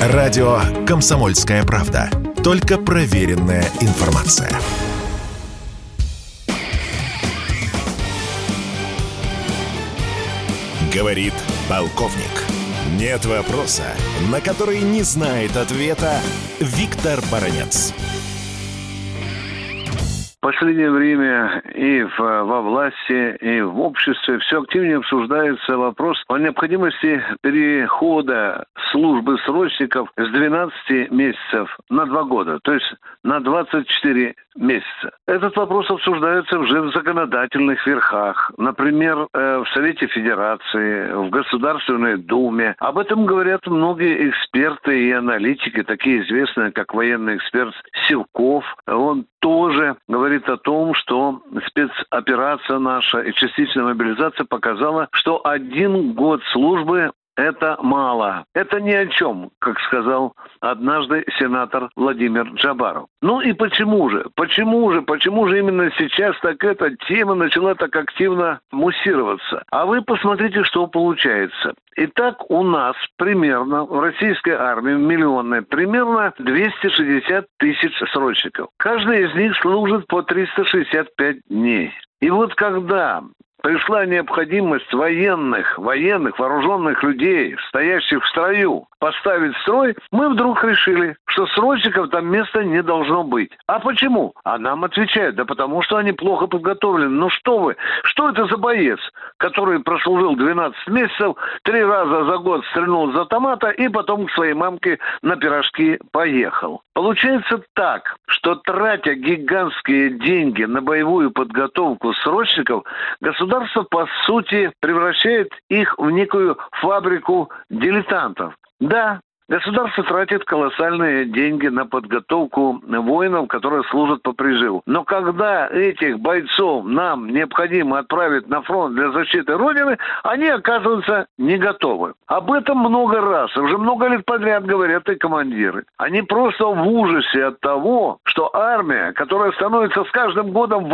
Радио «Комсомольская правда». Только проверенная информация. Говорит полковник. Нет вопроса, на который не знает ответа Виктор Баранец. В последнее время и во власти, и в обществе все активнее обсуждается вопрос о необходимости перехода службы срочников с 12 месяцев на 2 года, то есть на 24 месяца. Этот вопрос обсуждается уже в законодательных верхах, например, в Совете Федерации, в Государственной Думе. Об этом говорят многие эксперты и аналитики, такие известные, как военный эксперт Сивков. Он тоже говорит о том, что спецоперация наша и частичная мобилизация показала, что 1 год службы — это мало. Это ни о чем, как сказал однажды сенатор Владимир Джабаров. Ну и почему же? Почему же именно сейчас так эта тема начала так активно муссироваться? А вы посмотрите, что получается. Итак, у нас примерно в российской армии миллионной примерно 260 тысяч срочников. Каждый из них служит по 365 дней. И вот когда пришла необходимость военных, вооруженных людей, стоящих в строю, поставить строй, мы вдруг решили, что срочников там места не должно быть. А почему? А нам отвечают, да потому что они плохо подготовлены. Ну что вы, что это за боец, который прослужил 12 месяцев, 3 раза за год стрельнул из автомата и потом к своей мамке на пирожки поехал? Получается так, что тратя гигантские деньги на боевую подготовку срочников, государство, по сути, превращает их в некую фабрику дилетантов. Да, государство тратит колоссальные деньги на подготовку воинов, которые служат по призыву. Но когда этих бойцов нам необходимо отправить на фронт для защиты Родины, они оказываются не готовы. Об этом много раз, уже много лет подряд говорят и командиры. Они просто в ужасе от того, что армия, которая становится с каждым годом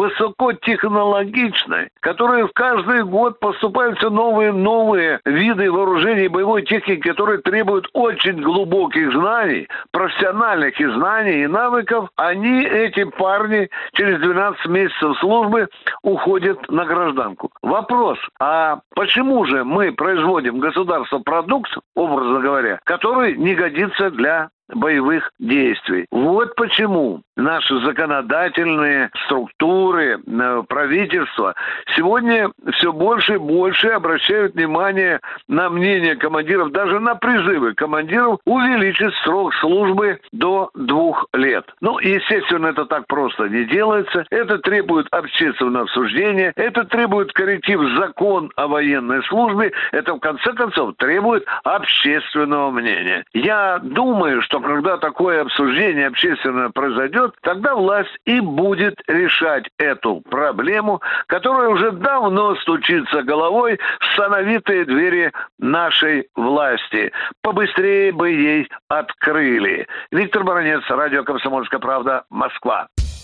высокотехнологичной, которая в каждый год поступаются новые виды вооружений и боевой техники, которые требуют очень глубоких знаний, профессиональных и знаний, и навыков, эти парни, через 12 месяцев службы уходят на гражданку. Вопрос, а почему же мы производим государство продукт, образно говоря, который не годится для боевых действий? Вот почему наши законодательные структуры, правительство сегодня все больше и больше обращают внимание на мнение командиров, даже на призывы командиров увеличить срок службы до 2 лет. Ну, естественно, это так просто не делается. Это требует общественного обсуждения, это требует корректив закон о военной службе, это в конце концов требует общественного мнения. Я думаю, что когда такое обсуждение общественное произойдет, тогда власть и будет решать эту проблему, которая уже давно стучится головой в сановитые двери нашей власти. Побыстрее бы ей открыли. Виктор Баранец, радио «Комсомольская правда», Москва.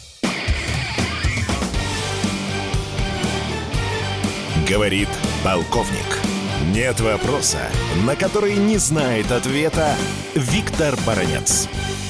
Говорит полковник. Нет вопроса, на который не знает ответа Виктор Баранец.